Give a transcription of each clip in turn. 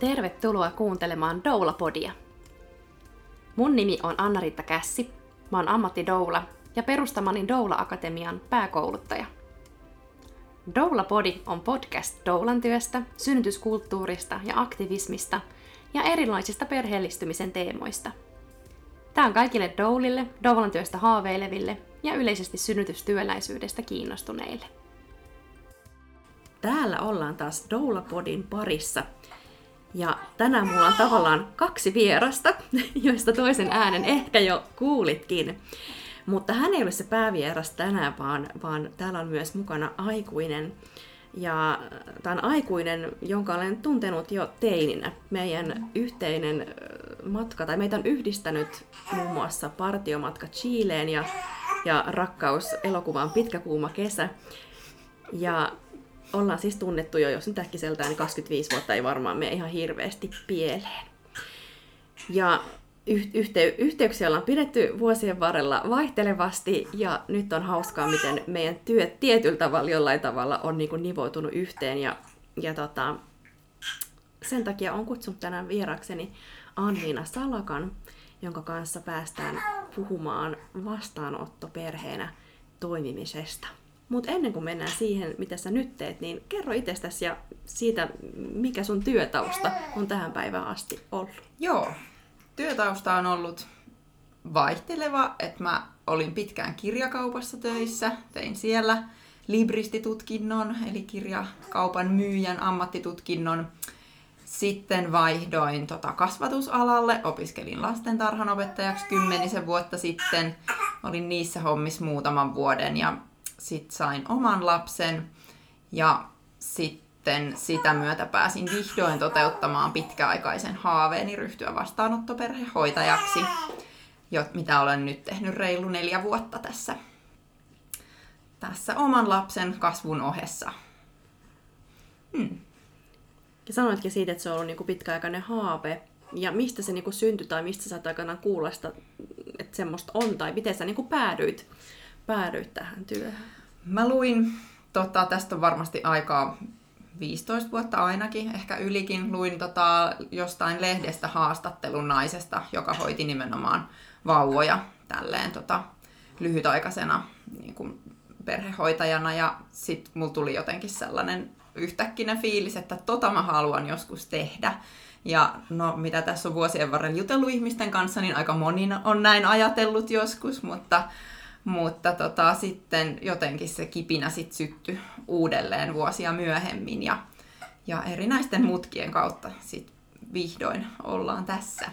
Tervetuloa kuuntelemaan Doula-podia. Mun nimi on Anna-Riitta Kässi, mä oon ammattidoula ja perustamani Doula-akatemian pääkouluttaja. Doula-podi on podcast doulan työstä, synnytyskulttuurista ja aktivismista ja erilaisista perheellistymisen teemoista. Tää on kaikille doulille, doulan työstä haaveileville ja yleisesti synnytystyöläisyydestä kiinnostuneille. Täällä ollaan taas Doula-podin parissa. Ja tänään mulla on tavallaan 2 vierasta, joista toisen äänen ehkä jo kuulitkin. Mutta hän ei ole se päävieras tänään, vaan täällä on myös mukana aikuinen. Ja tämä on aikuinen, jonka olen tuntenut jo teininä. Meidän yhteinen matka, tai meitä on yhdistänyt muun muassa partiomatka Chileen ja rakkaus elokuvaan Pitkä kuuma kesä. Ja ollaan siis tunnettu jo, jos nyt äkkiseltään, niin 25 vuotta ei varmaan mene ihan hirveästi pieleen. Ja yhteyksiä ollaan pidetty vuosien varrella vaihtelevasti, ja nyt on hauskaa, miten meidän työt tietyllä tavalla, jollain tavalla on niin kuin nivoutunut yhteen. Ja sen takia olen kutsunut tänään vierakseni Anniina Salakan, jonka kanssa päästään puhumaan vastaanottoperheenä toimimisesta. Mutta ennen kuin mennään siihen, mitä sä nyt teet, niin kerro itsestäsi ja siitä, mikä sun työtausta on tähän päivään asti ollut. Joo, työtausta on ollut vaihteleva, että mä olin pitkään kirjakaupassa töissä, tein siellä libristitutkinnon, eli kirjakaupan myyjän ammattitutkinnon. Sitten vaihdoin kasvatusalalle, opiskelin lastentarhanopettajaksi 10 vuotta sitten, olin niissä hommissa muutaman vuoden ja sitten sain oman lapsen ja sitten sitä myötä pääsin vihdoin toteuttamaan pitkäaikaisen haaveeni ryhtyä vastaanottoperhehoitajaksi, mitä olen nyt tehnyt reilu 4 vuotta tässä oman lapsen kasvun ohessa. Ja sanoitkin siitä, että se on ollut niinku pitkäaikainen haave. Ja mistä se niinku syntyi tai mistä sä oot aikanaan kuulla sitä, että semmoista on, tai miten sä niinku päädyit tähän työhön? Mä luin, tästä on varmasti aikaa 15 vuotta ainakin, ehkä ylikin, luin jostain lehdestä haastattelun naisesta, joka hoiti nimenomaan vauvoja tälleen lyhytaikaisena niin kuin perhehoitajana, ja sit mulla tuli jotenkin sellainen yhtäkkinen fiilis, että mä haluan joskus tehdä. Ja no, mitä tässä on vuosien varrella jutellut ihmisten kanssa, niin aika moni on näin ajatellut joskus, mutta sitten jotenkin se kipinä syttyi uudelleen vuosia myöhemmin ja erinäisten mutkien kautta sit vihdoin ollaan tässä.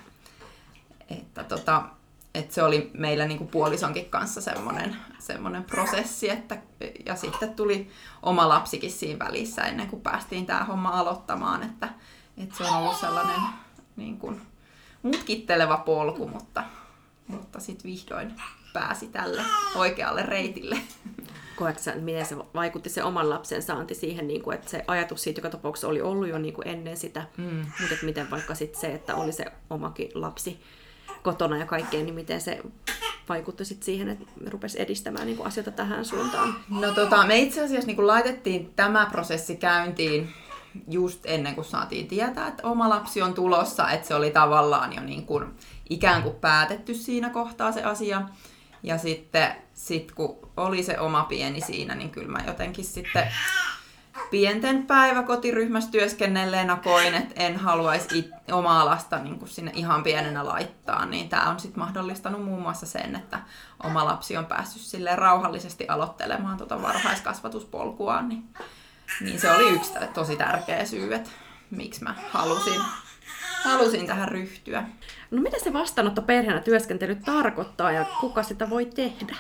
Että se oli meillä niinku puolisonkin kanssa semmoinen prosessi, ja sitten tuli oma lapsikin siinä välissä ennen kuin päästiin tämä homma aloittamaan, että se on ollut sellainen niin kuin mutkitteleva polku, mutta sitten vihdoin pääsi tälle oikealle reitille. Koetko sä, miten se vaikutti se oman lapsen saanti siihen, että se ajatus siitä joka tapauksessa oli ollut jo ennen sitä, mutta miten vaikka sitten se, että oli se omakin lapsi kotona ja kaikkeen, niin miten se vaikutti sitten siihen, että rupesi edistämään asioita tähän suuntaan? No me itse asiassa laitettiin tämä prosessi käyntiin just ennen kuin saatiin tietää, että oma lapsi on tulossa, että se oli tavallaan jo ikään kuin päätetty siinä kohtaa se asia. Ja sitten kun oli se oma pieni siinä, niin kyllä mä jotenkin sitten pienten päiväkotiryhmässä työskennelleenä koin, että en haluaisi omaa lasta sinne ihan pienenä laittaa. Niin tämä on sitten mahdollistanut muun muassa sen, että oma lapsi on päässyt silleen rauhallisesti aloittelemaan varhaiskasvatuspolkuaan. Niin se oli yksi tosi tärkeä syy, että miksi mä halusin tähän ryhtyä. No mitä se vastaanottoperheenä työskentely tarkoittaa ja kuka sitä voi tehdä?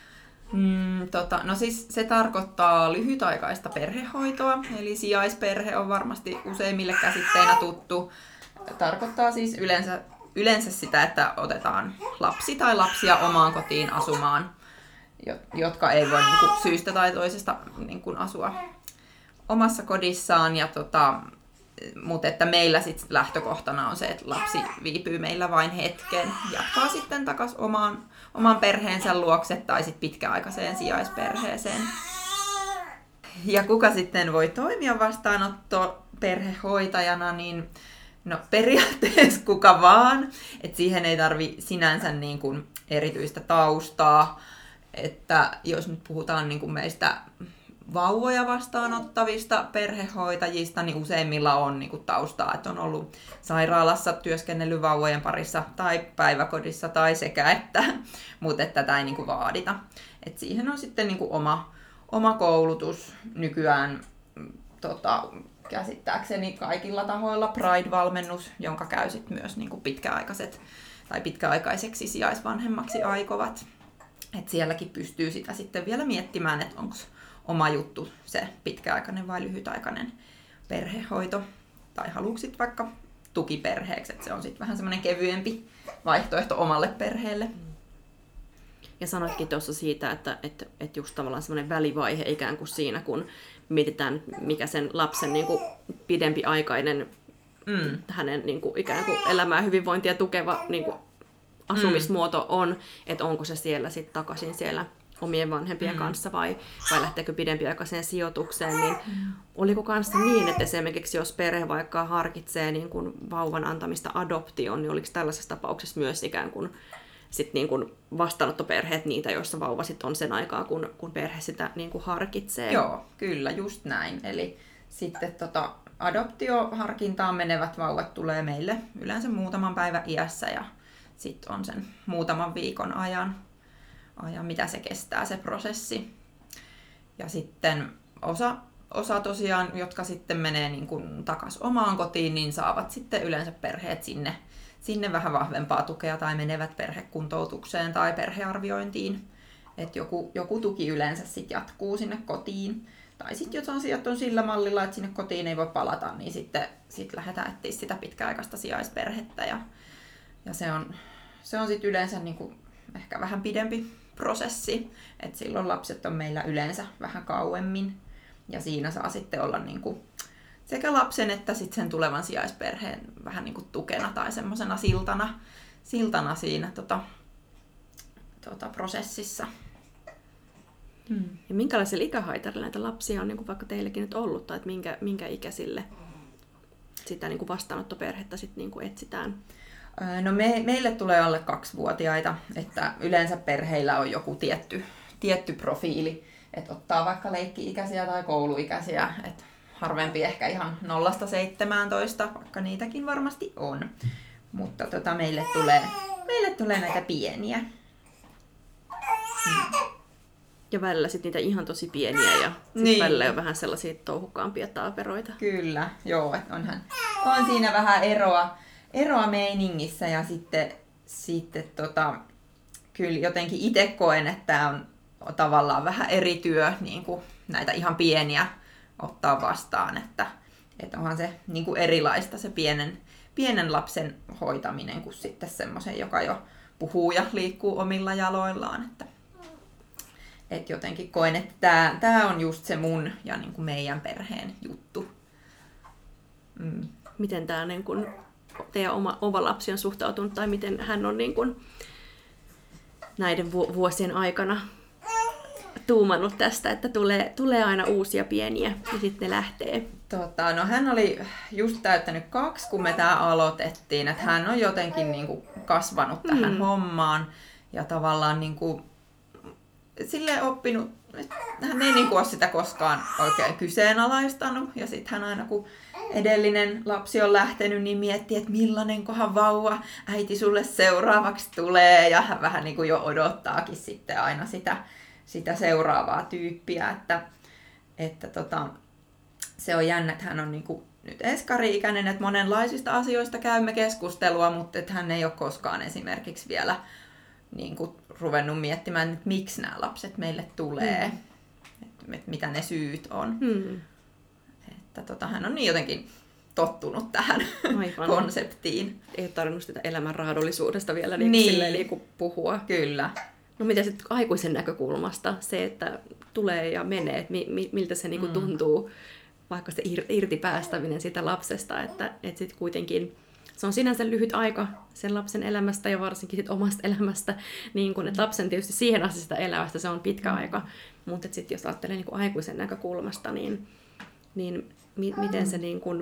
No siis se tarkoittaa lyhytaikaista perhehoitoa, eli sijaisperhe on varmasti useimmille käsitteenä tuttu. Tarkoittaa siis yleensä sitä, että otetaan lapsi tai lapsia omaan kotiin asumaan, jotka ei voi syystä tai toisesta asua omassa kodissaan. Mutta että meillä sit lähtökohtana on se, että lapsi viipyy meillä vain hetken, jatkaa sitten takaisin oman perheensä luokse tai sitten pitkäaikaiseen sijaisperheeseen. Ja kuka sitten voi toimia vastaanottoperhehoitajana, niin No periaatteessa kuka vaan, että siihen ei tarvi sinänsä niin kuin erityistä taustaa, että jos nyt puhutaan niin kuin meistä vauvoja vastaanottavista perhehoitajista, niin useimmilla on niin kuin taustaa, että on ollut sairaalassa työskennellyt vauvojen parissa tai päiväkodissa tai sekä että, mutta että tätä ei niin kuin vaadita. Et siihen on sitten niin kuin oma koulutus nykyään käsittääkseni kaikilla tahoilla, Pride-valmennus, jonka käy sit myös niin kuin pitkäaikaiseksi sijaisvanhemmaksi aikovat. Et sielläkin pystyy sitä sitten vielä miettimään, että onko oma juttu se pitkäaikainen vai lyhytaikainen perhehoito. Tai haluuksit vaikka tukiperheeksi, että se on sitten vähän semmoinen kevyempi vaihtoehto omalle perheelle. Ja sanoitkin tuossa siitä, että just tavallaan semmoinen välivaihe ikään kuin siinä, kun mietitään, mikä sen lapsen niin kuin pidempiaikainen hänen niin kuin ikään kuin elämää hyvinvointia tukeva niin kuin asumismuoto on, että onko se siellä sitten takaisin siellä omien vanhempien kanssa vai lähteekö pidempiaikaiseen sijoitukseen, niin oliko kanssa niin, että esimerkiksi jos perhe vaikka harkitsee niin kuin vauvan antamista adoptioon, niin oliko tällaisessa tapauksessa myös ikään kuin sit niin kuin vastaanottoperheet niitä, joissa vauva sit on sen aikaa, kun perhe sitä niin kuin harkitsee? Joo, kyllä, just näin. Eli sitten adoptioharkintaan menevät vauvat tulee meille yleensä muutaman päivän iässä ja sitten on sen muutaman viikon ajan, mitä se kestää se prosessi. Ja sitten osa tosiaan, jotka sitten menee niin kuin takaisin omaan kotiin, niin saavat sitten yleensä perheet sinne vähän vahvempaa tukea tai menevät perhekuntoutukseen tai perhearviointiin. Että joku tuki yleensä sitten jatkuu sinne kotiin. Tai sitten jos asiat on sillä mallilla, että sinne kotiin ei voi palata, niin sitten lähdetään etsiä sitä pitkäaikaista sijaisperhettä. Ja se on sitten yleensä niinku ehkä vähän pidempi prosessi, että silloin lapset on meillä yleensä vähän kauemmin. Ja siinä saa sitten olla niinku sekä lapsen että sitten sen tulevan sijaisperheen vähän niinku tukena tai semmoisena siltana siinä prosessissa. Ja minkälaisilla ikähaitarilla näitä lapsia on niin kuin vaikka teillekin nyt ollut, tai että minkä ikäisille sitä niin kuin vastaanottoperhettä sit niin kuin etsitään? No meille tulee alle 2-vuotiaita, että yleensä perheillä on joku tietty profiili, että ottaa vaikka leikki-ikäisiä tai kouluikäisiä, että harvempi ehkä ihan 0-17, vaikka niitäkin varmasti on, mutta meille tulee näitä pieniä. Ja välillä sitten niitä ihan tosi pieniä ja niin. Välillä on vähän sellaisia touhukkaampia taaperoita. Kyllä, joo, että on siinä vähän eroa meiningissä ja sitten kyllä jotenkin itse koen, että tämä on tavallaan vähän eri työ niin kuin näitä ihan pieniä ottaa vastaan, että onhan se niin kuin erilaista se pienen lapsen hoitaminen kuin sitten semmoisen, joka jo puhuu ja liikkuu omilla jaloillaan, että jotenkin koen, että tämä on just se mun ja niin kuin meidän perheen juttu. Miten tämä niin kuin teidän oma lapsi on suhtautunut tai miten hän on niin kuin näiden vuosien aikana tuumannut tästä, että tulee aina uusia pieniä ja sitten ne lähtee? No hän oli just täyttänyt 2, kun me tämä aloitettiin, että hän on jotenkin niin kuin kasvanut tähän hommaan ja tavallaan niin kuin silleen oppinut, että hän ei niin kuin ole sitä koskaan oikein kyseenalaistanut ja sitten hän aina kun edellinen lapsi on lähtenyt, niin miettii, että millainenkohan vauva äiti sulle seuraavaksi tulee ja hän vähän niin kuin jo odottaakin sitten aina sitä seuraavaa tyyppiä, että se on jännä, että hän on niin kuin nyt eskari-ikäinen, että monenlaisista asioista käymme keskustelua, mutta että hän ei ole koskaan esimerkiksi vielä niin kuin ruvennut miettimään, että miksi nämä lapset meille tulee, että mitä ne syyt on. Että hän on niin jotenkin tottunut tähän konseptiin. Ei ole tarvinnut sitä elämän raadollisuudesta vielä niin puhua. Kyllä. No mitä sitten aikuisen näkökulmasta, se, että tulee ja menee, että miltä se niinku tuntuu, vaikka se irtipäästäminen siitä lapsesta, että sitten kuitenkin se on sinänsä lyhyt aika sen lapsen elämästä ja varsinkin sit omasta elämästä, niin kun, että lapsen tietysti siihen asti sitä elämästä se on pitkä aika, mutta sitten jos ajattelee niin kuin aikuisen näkökulmasta, niin miten se niin kun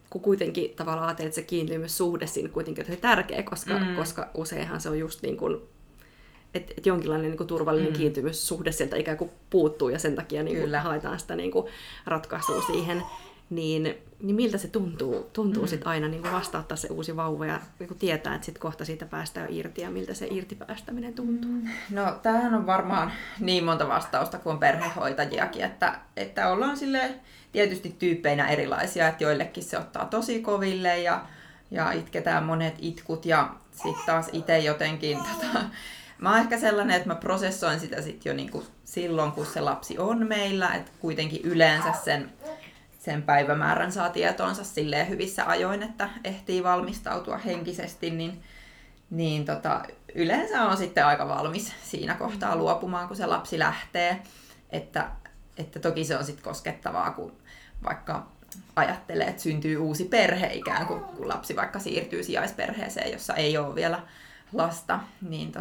kun kuitenkin tavallaan ajattelee, että se kiintymyssuhde siinä kuitenkin on tärkeä, koska useinhan se on just niin kuin, että jonkinlainen niin kuin turvallinen kiintymyssuhde sieltä ikään kuin puuttuu ja sen takia niin kuin haetaan sitä niin kuin ratkaisua siihen, niin miltä se tuntuu sit aina niin kuin vastauttaa se uusi vauva ja niin kuin tietää, että sit kohta siitä päästään irti ja miltä se irtipäästäminen tuntuu? No tämähän on varmaan niin monta vastausta kuin on perhehoitajiakin, että ollaan silleen tietysti tyyppeinä erilaisia, että joillekin se ottaa tosi koville ja itketään monet itkut ja sitten taas itse jotenkin mä oon ehkä sellainen, että mä prosessoin sitä sit jo niinku silloin, kun se lapsi on meillä, että kuitenkin yleensä sen päivämäärän saa tietoonsa silleen hyvissä ajoin, että ehtii valmistautua henkisesti, niin yleensä on sitten aika valmis siinä kohtaa luopumaan, kun se lapsi lähtee. Että toki se on sitten koskettavaa, kun vaikka ajattelee, että syntyy uusi perhe ikään kuin, kun lapsi vaikka siirtyy sijaisperheeseen, jossa ei ole vielä lasta, niin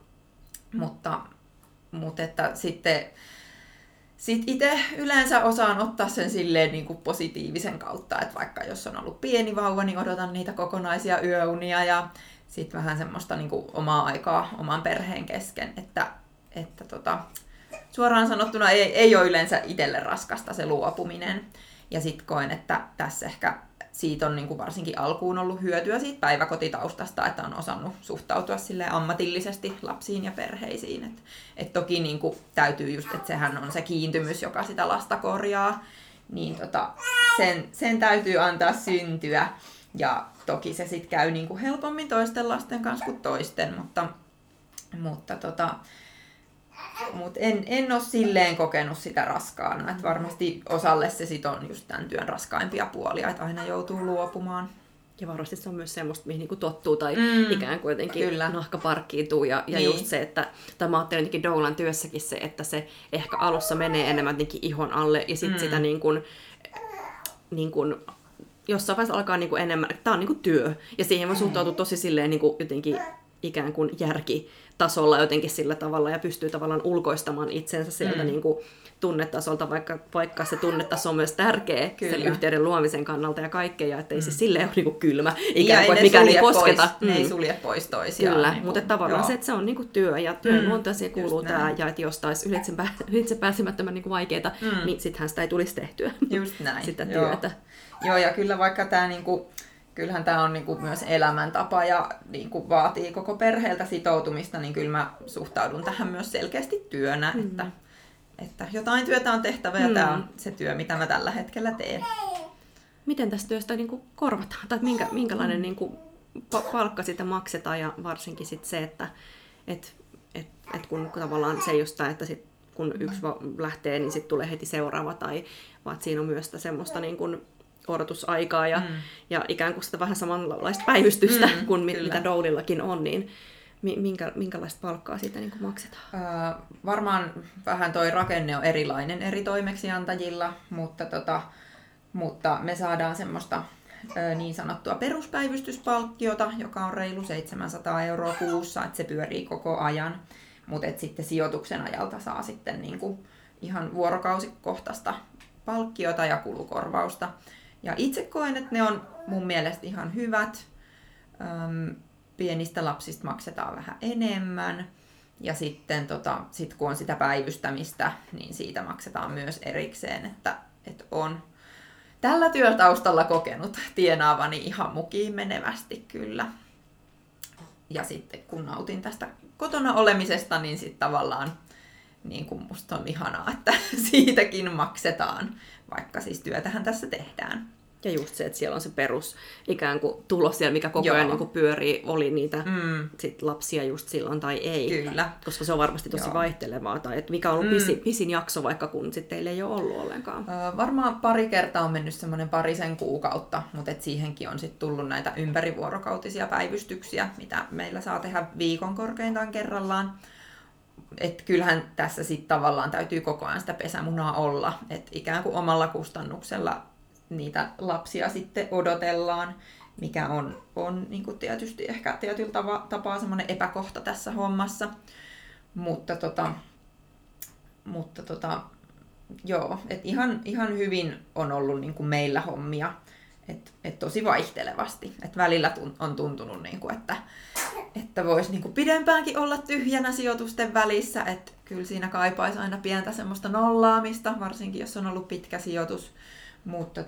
mutta että sitten itse yleensä osaan ottaa sen silleen niin kuin positiivisen kautta, että vaikka jos on ollut pieni vauva, niin odotan niitä kokonaisia yöunia ja sitten vähän semmoista niin kuin omaa aikaa oman perheen kesken, että suoraan sanottuna ei ole yleensä itselle raskasta se luopuminen. Ja sitten koen, että tässä ehkä siitä on niin kuin varsinkin alkuun ollut hyötyä siitä päiväkotitaustasta, että on osannut suhtautua silleen ammatillisesti lapsiin ja perheisiin. Et toki niin kuin täytyy just, että sehän on se kiintymys, joka sitä lasta korjaa, niin sen täytyy antaa syntyä. Ja toki se sitten käy niin kuin helpommin toisten lasten kanssa kuin toisten, mutta en ole silleen kokenut sitä raskaana. Että varmasti osalle se sit on just tämän työn raskaimpia puolia, että aina joutuu luopumaan. Ja varmasti se on myös semmoista, mihin niinku tottuu tai ikään kuin jotenkin nahka parkkiintuu. Ja niin. Just se, että mä ajattelen jotenkin doulan työssäkin se, että se ehkä alussa menee enemmän ihon alle ja sitten sitä niin kuin jossain vaiheessa alkaa niin kuin enemmän, tämä on niin kuin työ. Ja siihen voi suhtautua tosi silleen niin kuin jotenkin ikään kuin järkitasolla jotenkin sillä tavalla ja pystyy tavallaan ulkoistamaan itsensä sieltä niin kuin tunnetasolta, vaikka se tunnetaso on myös tärkeä sen yhteyden luomisen kannalta ja kaikkea, ja ettei se silleen ole niin kuin kylmä, ikään kuin, että mikään ei kosketa. Ne ei sulje pois toisiaan. Kyllä, niin mutta tavallaan se, että se on niin kuin työ, ja työn luontaisiin kuuluu tämä, ja että jos taisi ylitse pääsemättömän niin kuin vaikeaa, niin sittenhän sitä ei tulisi tehtyä. Just näin. Sitä työtä. Joo, ja kyllä vaikka tämä niinku, kyllähän tämä on niinku myös elämäntapa ja niinku vaatii koko perheeltä sitoutumista, niin kyllä mä suhtaudun tähän myös selkeästi työnä, että jotain työtä on tehtävä ja tämä on se työ, mitä mä tällä hetkellä teen. Miten tästä työstä niinku korvataan? Tai minkälainen niinku palkka sitä maksetaan ja varsinkin sit se, että kun tavallaan se jostain, että sit, kun yksi lähtee, niin sitten tulee heti seuraava, tai vaan siinä on myös semmoista niin kuin odotusaikaa ja ikään kuin sitä vähän samanlaista päivystystä kuin mitä doulillakin on, niin minkälaista palkkaa siitä niin kuin maksetaan? Varmaan vähän toi rakenne on erilainen eri toimeksiantajilla, mutta me saadaan semmoista niin sanottua peruspäivystyspalkkiota, joka on reilu 700 € kuussa, että se pyörii koko ajan. Mutta sitten sijoituksen ajalta saa sitten niinku ihan vuorokausikohtaista palkkiota ja kulukorvausta. Ja itse koen, että ne on mun mielestä ihan hyvät. Pienistä lapsista maksetaan vähän enemmän. Ja sitten kun on sitä päivystämistä, niin siitä maksetaan myös erikseen, että on tällä työtaustalla kokenut tienaavani ihan mukiin menevästi kyllä. Ja sitten kun nautin tästä kotona olemisesta, niin sitten tavallaan niin kuin musta on ihanaa, että siitäkin maksetaan, vaikka siis työtähän tässä tehdään. Ja just se, että siellä on se perus ikään kuin tulos siellä, mikä koko ajan niin kuin pyörii, oli niitä sit lapsia just silloin tai ei. Kyllä. Koska se on varmasti tosi vaihtelevaa. Tai että mikä on ollut pisin jakso vaikka, kun sitten teillä ei ole ollut ollenkaan. Varmaan pari kertaa on mennyt semmoinen 2 kuukautta, mutta et siihenkin on sitten tullut näitä ympärivuorokautisia päivystyksiä, mitä meillä saa tehdä viikon korkeintaan kerrallaan. Et kyllähän tässä sitten tavallaan täytyy koko ajan sitä pesämunaa olla, että ikään kuin omalla kustannuksella niitä lapsia sitten odotellaan, mikä on niin kuin tietysti ehkä tietyllä tapaa semmoinen epäkohta tässä hommassa. Mutta joo, että ihan hyvin on ollut niin kuin meillä hommia. Et tosi vaihtelevasti. Et välillä on tuntunut, että voisi pidempäänkin olla tyhjänä sijoitusten välissä. Et kyllä siinä kaipaisi aina pientä semmoista nollaamista, varsinkin jos on ollut pitkä sijoitus. Mutta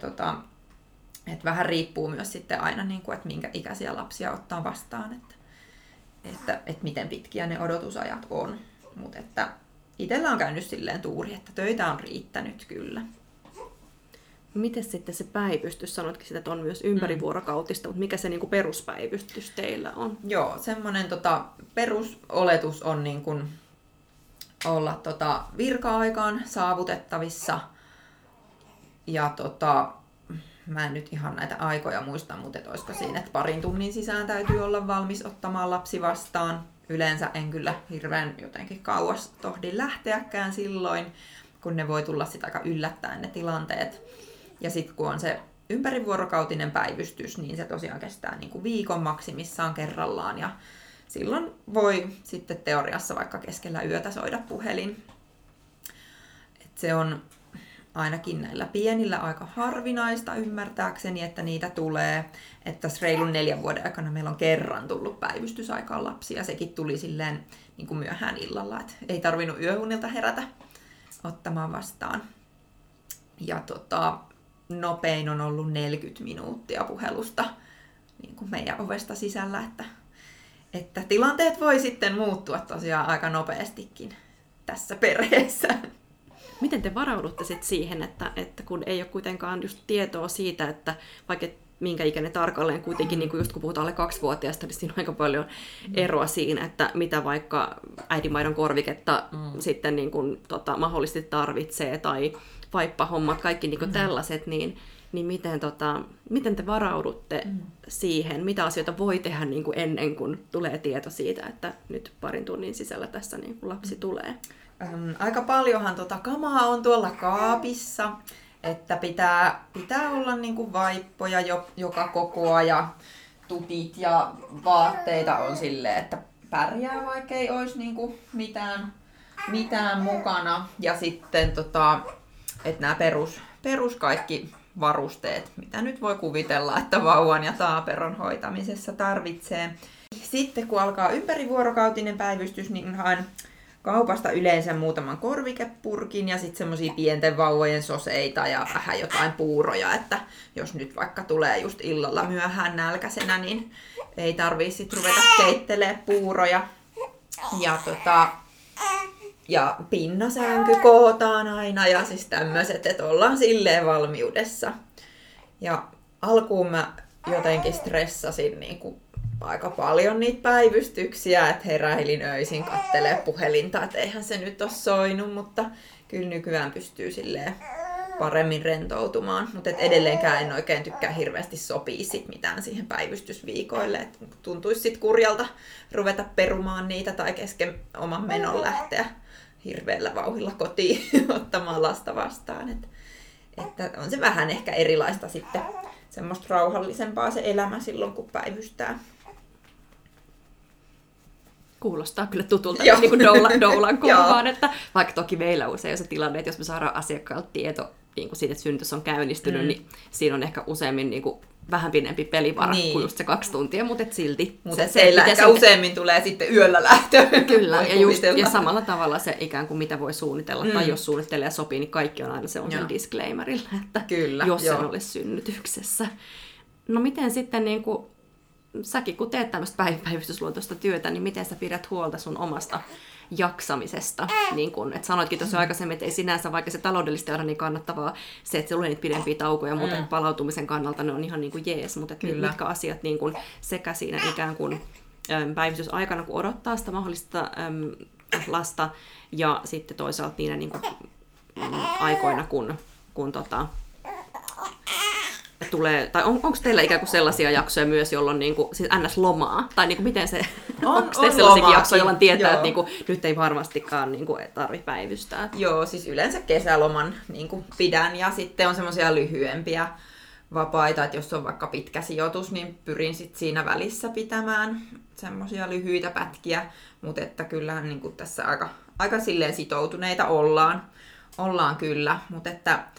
et vähän riippuu myös sitten aina, että minkä ikäisiä lapsia ottaa vastaan, että miten pitkiä ne odotusajat on. Mutta että itsellä on käynyt silleen tuuri, että töitä on riittänyt kyllä. Miten sitten se päivystys? Sanoitkin sitä, että on myös ympärivuorokautista, mutta mikä se niin kuin peruspäivystys teillä on? Joo, semmoinen perusoletus on niin kuin olla virka-aikaan saavutettavissa. Ja mä en nyt ihan näitä aikoja muista, mutta olisiko siinä, että 2 tunnin sisään täytyy olla valmis ottamaan lapsi vastaan. Yleensä en kyllä hirveän jotenkin kauas tohdi lähteäkään silloin, kun ne voi tulla sitten aika yllättäen ne tilanteet. Ja sitten kun on se ympärivuorokautinen päivystys, niin se tosiaan kestää niin kuin viikon maksimissaan kerrallaan. Ja silloin voi sitten teoriassa vaikka keskellä yötä soida puhelin. Et se on ainakin näillä pienillä aika harvinaista ymmärtääkseni, että niitä tulee. Että tässä reilun 4 vuoden aikana meillä on kerran tullut päivystysaikaan lapsia. Sekin tuli silleen niin kuin myöhään illalla, että ei tarvinnut yöunilta herätä ottamaan vastaan. Ja nopein on ollut 40 minuuttia puhelusta niin kuin meidän ovesta sisällä, että tilanteet voi sitten muuttua tosiaan aika nopeastikin tässä perheessä. Miten te varaudutte sitten siihen, että kun ei ole kuitenkaan just tietoa siitä, että vaikka minkä ikäinen tarkalleen kuitenkin, niin kuin just kun puhutaan alle 2-vuotiaasta, niin siinä on aika paljon eroa siinä, että mitä vaikka äidinmaidon korviketta sitten niin kuin, mahdollisesti tarvitsee, tai vaippahommat, kaikki niin kuin tällaiset, niin miten te varaudutte siihen, mitä asioita voi tehdä niin kuin ennen kuin tulee tieto siitä, että nyt 2 tunnin sisällä tässä niin kuin lapsi tulee? Aika paljonhan kamaa on tuolla kaapissa, että pitää olla niin kuin vaippoja joka kokoa ja tupit ja vaatteita on silleen, että pärjää, vaikka ei olisi niin kuin mitään mukana. Ja sitten että nämä perus kaikki varusteet, mitä nyt voi kuvitella, että vauvan ja taaperon hoitamisessa tarvitsee. Sitten kun alkaa ympärivuorokautinen päivystys, niin haen kaupasta yleensä muutaman korvikepurkin ja sitten semmosia pienten vauvojen soseita ja vähän jotain puuroja, että jos nyt vaikka tulee just illalla myöhään nälkäisenä, niin ei tarvii sit ruveta keittelemään puuroja. Ja pinnasänky kootaan aina ja siis tämmöiset, että ollaan silleen valmiudessa. Ja alkuun mä jotenkin stressasin niinku aika paljon niitä päivystyksiä, että heräilin öisin kattelee puhelinta, että eihän se nyt ole soinut, mutta kyllä nykyään pystyy silleen paremmin rentoutumaan. Mutta edelleenkään en oikein tykkää hirveästi sopia sit mitään siihen päivystysviikoille, että tuntuisi sit kurjalta ruveta perumaan niitä tai kesken oman menon lähteä hirveällä vauhdilla kotiin ottamaan lasta vastaan. Että on se vähän ehkä erilaista sitten, semmoista rauhallisempaa se elämä silloin, kun päivystää. Kuulostaa kyllä tutulta niin kuin doulan korvaan, että vaikka toki meillä usein on se tilanne, että jos me saadaan asiakkaalta tieto niin kuin siitä, että synnytys on käynnistynyt, niin siinä on ehkä useammin niin kuin vähän pienempi pelivara kuin just se 2 tuntia, mutta silti. Mutta seillä ehkä useammin tulee sitten yöllä lähtö. Kyllä, ja samalla tavalla se ikään kuin mitä voi suunnitella, tai jos suunnittelee ja sopii, niin kaikki on aina se on sen disclaimerilla, että kyllä, jos en ole synnytyksessä. No miten sitten niin kuin säkin, kun teet tämmöistä päivystysluontoista työtä, niin miten sä pidät huolta sun omasta jaksamisesta? Niin kun, et sanoitkin tuossa aikaisemmin, että ei sinänsä, vaikka se taloudellisesti ole niin kannattavaa, se, että sulla on niitä pidempiä taukoja, mutta palautumisen kannalta ne on ihan niin kuin jees, mutta mitkä asiat niin kun, sekä siinä ikään kuin päivystysaikana, kun odottaa sitä mahdollista lasta, ja sitten toisaalta niinä niin kuin, aikoina, kun tulee, tai onko teillä ikään kuin sellaisia jaksoja myös, jolloin niinku, siis NS-lomaa? Tai niinku, miten se, onko teillä sellaisia jaksoja, jolloin tietää, että niinku, nyt ei varmastikaan niinku, tarvitse päivystää? Joo, siis yleensä kesäloman niinku, pidän ja sitten on semmoisia lyhyempiä vapaita, että jos on vaikka pitkä sijoitus, niin pyrin sit siinä välissä pitämään semmoisia lyhyitä pätkiä, mutta että kyllähän niinku, tässä aika silleen sitoutuneita ollaan kyllä, mutta että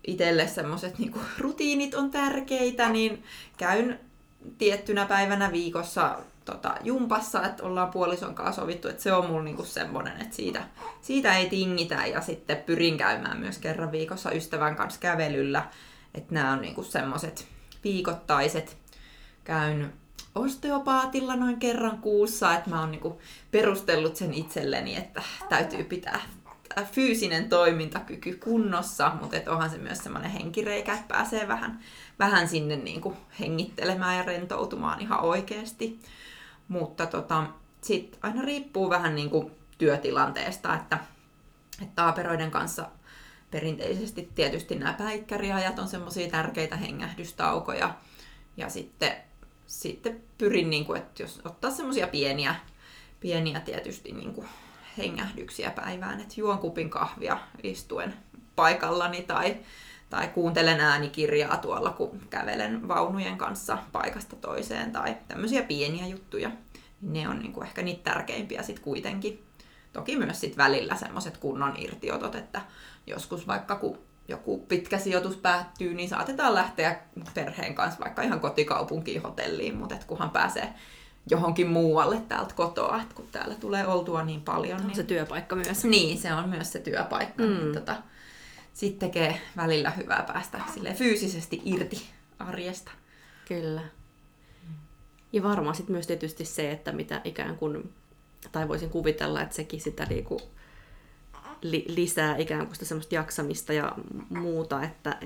itselle semmoiset niinku rutiinit on tärkeitä, niin käyn tiettynä päivänä viikossa jumpassa, että ollaan puolison kanssa sovittu, että se on mulla niinku semmoinen, että siitä ei tingitä, ja sitten pyrin käymään myös kerran viikossa ystävän kanssa kävelyllä, että nämä on niinku semmoiset viikoittaiset. Käyn osteopaatilla noin kerran kuussa, että mä oon niinku perustellut sen itselleni, että täytyy pitää fyysinen toimintakyky kunnossa, mutta onhan se myös semmoinen henkireikä, että pääsee vähän sinne niinku hengittelemään ja rentoutumaan ihan oikeasti. Mutta sitten aina riippuu vähän niinku työtilanteesta, että taaperoiden kanssa perinteisesti tietysti nämä päikkäriajat on semmoisia tärkeitä hengähdystaukoja. Ja sitten pyrin, niinku, että jos ottaa semmoisia pieniä tietysti niinku hengähdyksiä päivään, että juon kupin kahvia istuen paikallani tai kuuntelen äänikirjaa tuolla, kun kävelen vaunujen kanssa paikasta toiseen tai tämmöisiä pieniä juttuja. Ne on niinku ehkä niitä tärkeimpiä sit kuitenkin. Toki myös sit välillä semmoiset kunnon irtiotot, että joskus vaikka kun joku pitkä sijoitus päättyy, niin saatetaan lähteä perheen kanssa vaikka ihan kotikaupunkiin hotelliin, mutta kunhan pääsee johonkin muualle täältä kotoa, että kun täällä tulee oltua niin paljon. Se on se työpaikka myös. Niin, se on myös se työpaikka. Niin sitten tekee välillä hyvää päästä fyysisesti irti arjesta. Kyllä. Ja varmaan sitten myös tietysti se, että mitä ikään kuin, tai voisin kuvitella, että sekin sitä niinku lisää ikään kuin sitä semmoista jaksamista ja muuta, että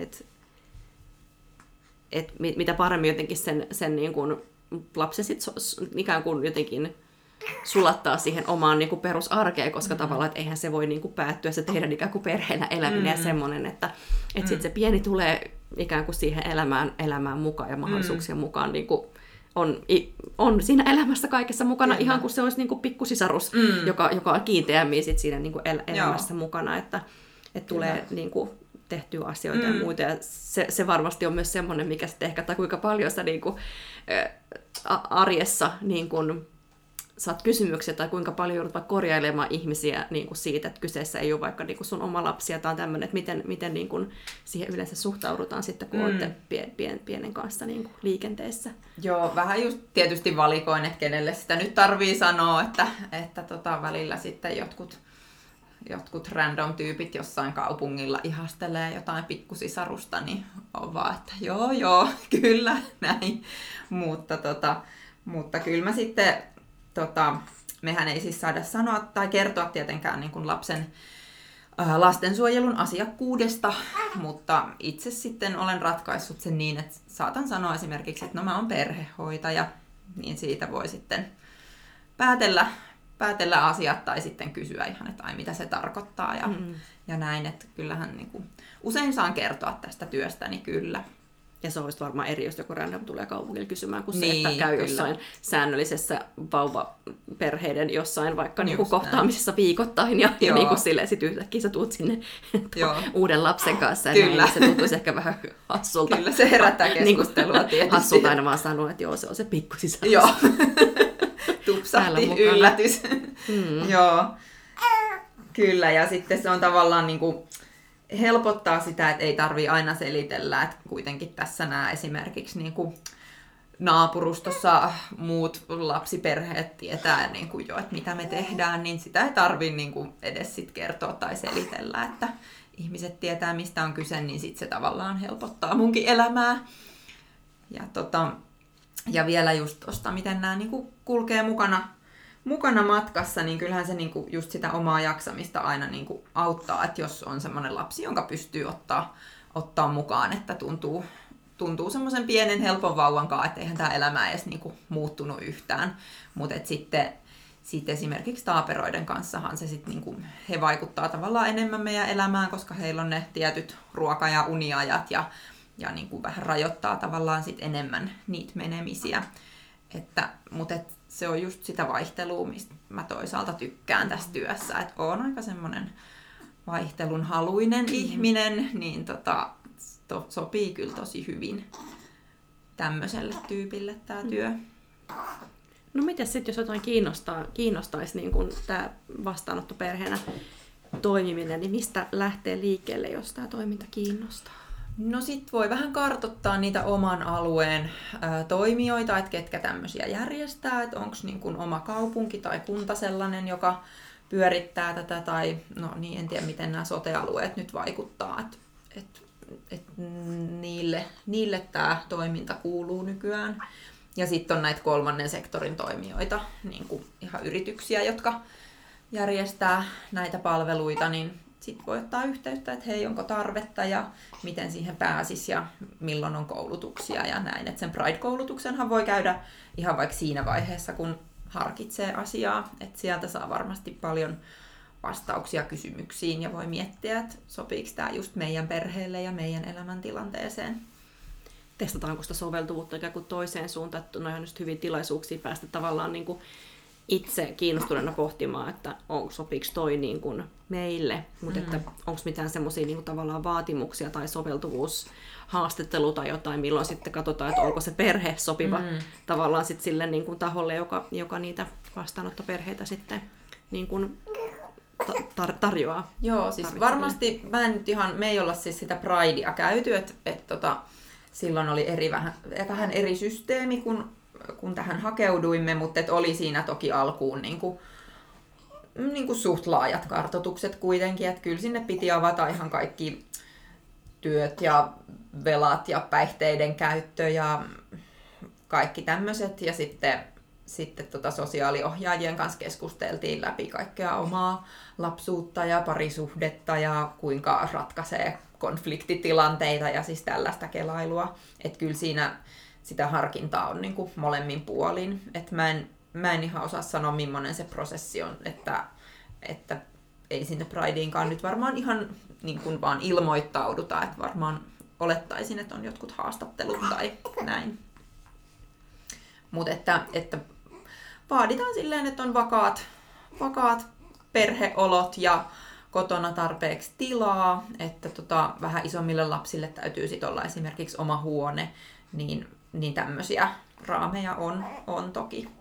mitä paremmin jotenkin sen niin kuin lapsen sit ikään kuin jotenkin sulattaa siihen omaan niin kuin perusarkeen, koska tavallaan, että eihän se voi niin kuin päättyä se teidän ikään kuin perheenä eläminen ja semmoinen, että sitten se pieni tulee ikään kuin siihen elämään mukaan ja mahdollisuuksien mukaan niin kuin on siinä elämässä kaikessa mukana, ihan kuin se olisi niin kuin pikkusisarus, joka on kiinteämmin sit siinä niin kuin elämässä mukana, että tulee niin kuin tehtyä asioita ja muita. Ja se varmasti on myös semmoinen, mikä sitten ehkä, tai kuinka paljon sä niin kuin, arjessa niin kuin, saat kysymyksiä, tai kuinka paljon joudut vaikka korjailemaan ihmisiä niin kuin siitä, että kyseessä ei ole vaikka niin kuin sun oma lapsi, tai tämmöinen, että miten niin kuin siihen yleensä suhtaudutaan sitten, kun olette pienen kanssa niin kuin liikenteessä. Joo, vähän just tietysti valikoin, että kenelle sitä nyt tarvii sanoa, että välillä sitten jotkut random tyypit jossain kaupungilla ihastelee jotain pikkusisarusta, niin on vaan, että joo, kyllä, näin. Mutta kyllä mä sitten, mehän ei siis saada sanoa tai kertoa tietenkään niin kuin lastensuojelun asiakkuudesta, mutta itse sitten olen ratkaissut sen niin, että saatan sanoa esimerkiksi, että mä oon perhehoitaja, niin siitä voi sitten päätellä asiat tai sitten kysyä ihan, että mitä se tarkoittaa ja näin, että kyllähän niin kuin, usein saan kertoa tästä työstäni kyllä. Ja se olisi varmaan eri, jos joku random tulee kaupungille kysymään, kun se, että käy jossain säännöllisessä vauvaperheiden jossain vaikka niin kuin kohtaamisessa viikoittain ja niin kuin silleen sit yhtäkkiä sä tuut sinne uuden lapsen kanssa ja näin, niin se tuntuisi ehkä vähän hassulta. Kyllä, se herättää keskustelua tietysti. Hassulta aina vaan sanoa, että se on se pikkusisarus. Joo. Tupsahti yllätys. Joo. Kyllä, ja sitten se on tavallaan niinku helpottaa sitä, että ei tarvii aina selitellä, että kuitenkin tässä nämä esimerkiksi niinku naapurustossa muut lapsiperheet tietää niinku jo, että mitä me tehdään, niin sitä ei tarvii niinku edes sit kertoa tai selitellä, että ihmiset tietää, mistä on kyse, niin sit se tavallaan helpottaa munkin elämää. Ja vielä just tuosta, miten nämä niinku kulkee mukana matkassa, niin kyllähän se niinku just sitä omaa jaksamista aina niinku auttaa, että jos on semmoinen lapsi, jonka pystyy ottaa mukaan, että tuntuu semmoisen pienen helpon vauvan kanssa, että eihän tämä elämä edes niinku muuttunut yhtään. Mutta sitten esimerkiksi taaperoiden kanssahan se sit niinku, he vaikuttaa tavallaan enemmän meidän elämään, koska heillä on ne tietyt ruoka- ja uniajat ja niinku vähän rajoittaa tavallaan sit enemmän niitä menemisiä. Mutta se on just sitä vaihtelua, mistä mä toisaalta tykkään tässä työssä. Että oon aika semmoinen vaihtelun haluinen ihminen, niin sopii kyllä tosi hyvin tämmöiselle tyypille tämä työ. No mites sitten, jos jotain kiinnostaisi niin kun tämä vastaanottoperheenä toimiminen, niin mistä lähtee liikkeelle, jos tämä toiminta kiinnostaa? No sit voi vähän kartoittaa niitä oman alueen toimijoita, että ketkä tämmöisiä järjestää, että onko niin kuin oma kaupunki tai kunta sellainen, joka pyörittää tätä, tai no niin, en tiedä miten nämä sote-alueet nyt vaikuttaa, että niille tämä toiminta kuuluu nykyään. Ja sitten on näitä kolmannen sektorin toimijoita, niin kuin ihan yrityksiä, jotka järjestää näitä palveluita, niin sitten voi ottaa yhteyttä, että hei, onko tarvetta ja miten siihen pääsisi ja milloin on koulutuksia ja näin. Et sen Pride-koulutuksenhan voi käydä ihan vaikka siinä vaiheessa, kun harkitsee asiaa. Et sieltä saa varmasti paljon vastauksia kysymyksiin ja voi miettiä, että sopiiko tämä just meidän perheelle ja meidän elämäntilanteeseen. Testataanko sitä soveltuvuutta ikään kuin toiseen suuntaan, että on just hyviä tilaisuuksia päästä tavallaan niin kuin itse kiinnostuneena pohtimaan, että sopiiko toi niin kuin meille, mutta että onko mitään semmoisia niin kuin tavallaan vaatimuksia tai soveltuvuushaastattelu tai jotain, milloin sitten katsotaan, että onko se perhe sopiva tavallaan sitten sille niin kuin taholle, joka niitä vastaanottoperheitä sitten niin kuin tarjoaa. Joo, siis varmasti me ei olla siis sitä Pridea käyty, että silloin oli vähän eri systeemi, kun tähän hakeuduimme, mutta oli siinä toki alkuun niin kuin suht laajat kartoitukset kuitenkin, että kyllä sinne piti avata ihan kaikki työt ja velat ja päihteiden käyttö ja kaikki tämmöiset. Ja sitten sosiaaliohjaajien kanssa keskusteltiin läpi kaikkea omaa lapsuutta ja parisuhdetta ja kuinka ratkaisee konfliktitilanteita ja siis tällaista kelailua. Että kyllä siinä sitä harkintaa on niin kuin molemmin puolin. Et mä en ihan osaa sanoa, millainen se prosessi on, että ei sinne Prideinkaan nyt varmaan ihan niin kuin vaan ilmoittauduta, että varmaan olettaisin, että on jotkut haastattelut tai näin. Mutta että vaaditaan silleen, että on vakaat perheolot ja kotona tarpeeksi tilaa, että vähän isommille lapsille täytyy sitten olla esimerkiksi oma huone, niin tämmöisiä raameja on toki.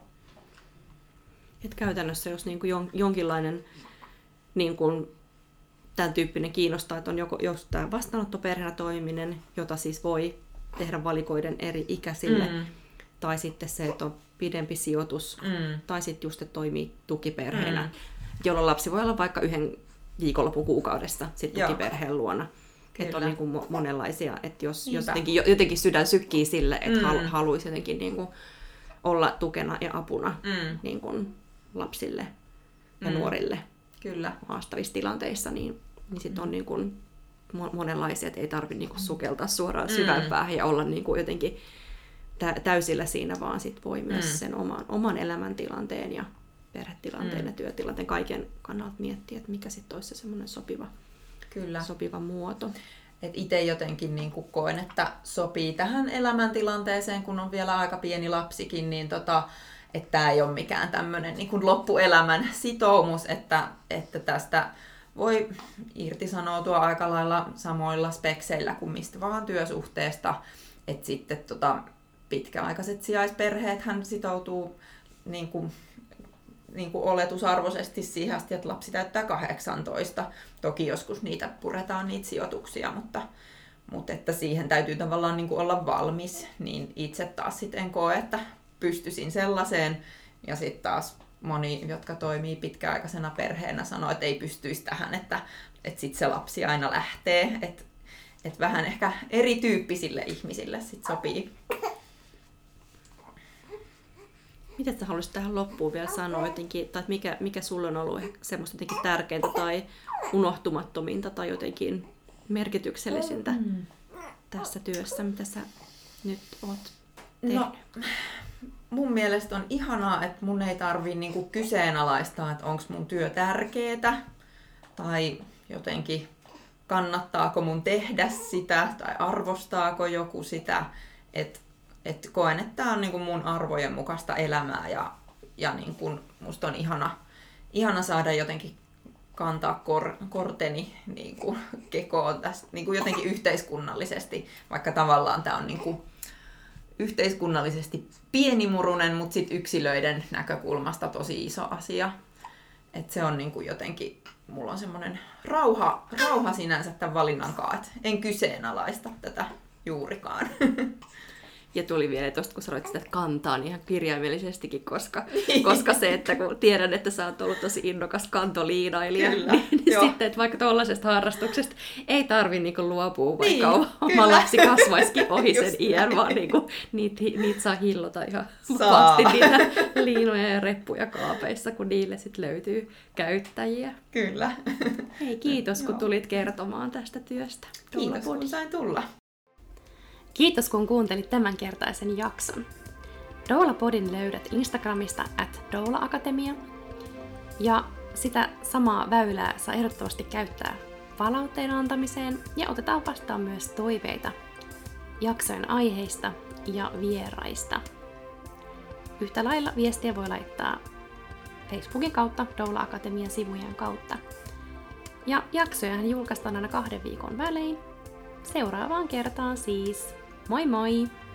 Et käytännössä jos niin kuin jonkinlainen niin kuin tämän tyyppinen kiinnostaa, että on jos tämä vastaanottoperheenä toiminen, jota siis voi tehdä valikoiden eri ikäisille, tai sitten se, että on pidempi sijoitus, tai sitten just, että toimii tukiperheenä, jolloin lapsi voi olla vaikka yhden viikonlopun kuukaudessa sitten tukiperheen luona. Että on niin kuin monenlaisia, että jos jotenkin sydän sykkii sille, että haluaisi jotenkin niin kuin olla tukena ja apuna niin kuin lapsille ja nuorille haastavissa tilanteissa, niin sitten on niin kuin monenlaisia, että ei tarvitse niin kuin sukeltaa suoraan syvään päähän ja olla niin kuin jotenkin täysillä siinä, vaan sit voi myös sen oman elämäntilanteen ja perhetilanteen ja työtilanteen kaiken kannalta miettiä, että mikä sitten olisi se semmoinen sopiva muoto. Et itse jotenkin niin koen, että sopii tähän elämäntilanteeseen, kun on vielä aika pieni lapsikin, niin että tämä ei ole mikään tämmöinen niin loppuelämän sitoumus, että tästä voi irtisanoutua aika lailla samoilla spekseillä kuin mistä vaan työsuhteesta. Että sitten pitkäaikaiset sijaisperheet hän sitoutuu niin kuin oletusarvoisesti siihen asti, että lapsi täyttää 18. Toki joskus niitä puretaan niitä sijoituksia, mutta että siihen täytyy tavallaan niin kuin olla valmis, niin itse taas sitten en koe, että pystyisin sellaiseen. Ja sitten taas moni, jotka toimii pitkäaikaisena perheenä, sanoo, että ei pystyisi tähän, että sitten se lapsi aina lähtee. Että vähän ehkä erityyppisille ihmisille sit sopii. Mitä sä haluaisit tähän loppuun vielä sanoa jotenkin, tai mikä sulle on ollut semmoista jotenkin tärkeintä tai unohtumattominta tai jotenkin merkityksellisintä tässä työssä, mitä sä nyt oot tehnyt? No, mun mielestä on ihanaa, että mun ei tarvii niinku kyseenalaistaa, että onko mun työ tärkeetä tai jotenkin kannattaako mun tehdä sitä tai arvostaako joku sitä, että koen, että tämä on niin kuin mun arvojen mukaista elämää ja niin kuin musta on ihana saada jotenkin kantaa korteni niin kuin kekoon tästä niin kuin jotenkin yhteiskunnallisesti, vaikka tavallaan tämä on niin kuin yhteiskunnallisesti pienimurunen, mutta sitten yksilöiden näkökulmasta tosi iso asia. Et se on niin kuin jotenkin mulla on semmoinen rauha sinänsä tämän valinnan kanssa, että en kyseenalaista tätä juurikaan. Ja tuli vielä tuosta, kun sanoit sitä, että kantaan ihan kirjaimellisestikin, koska se, että kun tiedän, että sä oot ollut tosi innokas kantoliinailija, niin sitten, että vaikka tuollaisesta harrastuksesta ei tarvi niinku luopua, vaikka oma lapsi kasvaisikin ohi sen iän, vaan niinku, niitä saa hillota ihan vapaasti niitä liinoja ja reppuja kaapeissa, kun niille sitten löytyy käyttäjiä. Kyllä. Hei, kiitos kun tulit kertomaan tästä työstä. Kiitos kun sain tulla. Kiitos kun kuuntelit tämänkertaisen jakson. Doula-podin löydät Instagramista @doulaakatemia. Ja sitä samaa väylää saa ehdottomasti käyttää palautteen antamiseen ja otetaan vastaan myös toiveita jaksojen aiheista ja vieraista. Yhtä lailla viestiä voi laittaa Facebookin kautta, Doula-akatemian sivujen kautta. Ja jaksojahan julkaistaan aina 2 viikon välein. Seuraavaan kertaan siis. Moi moi!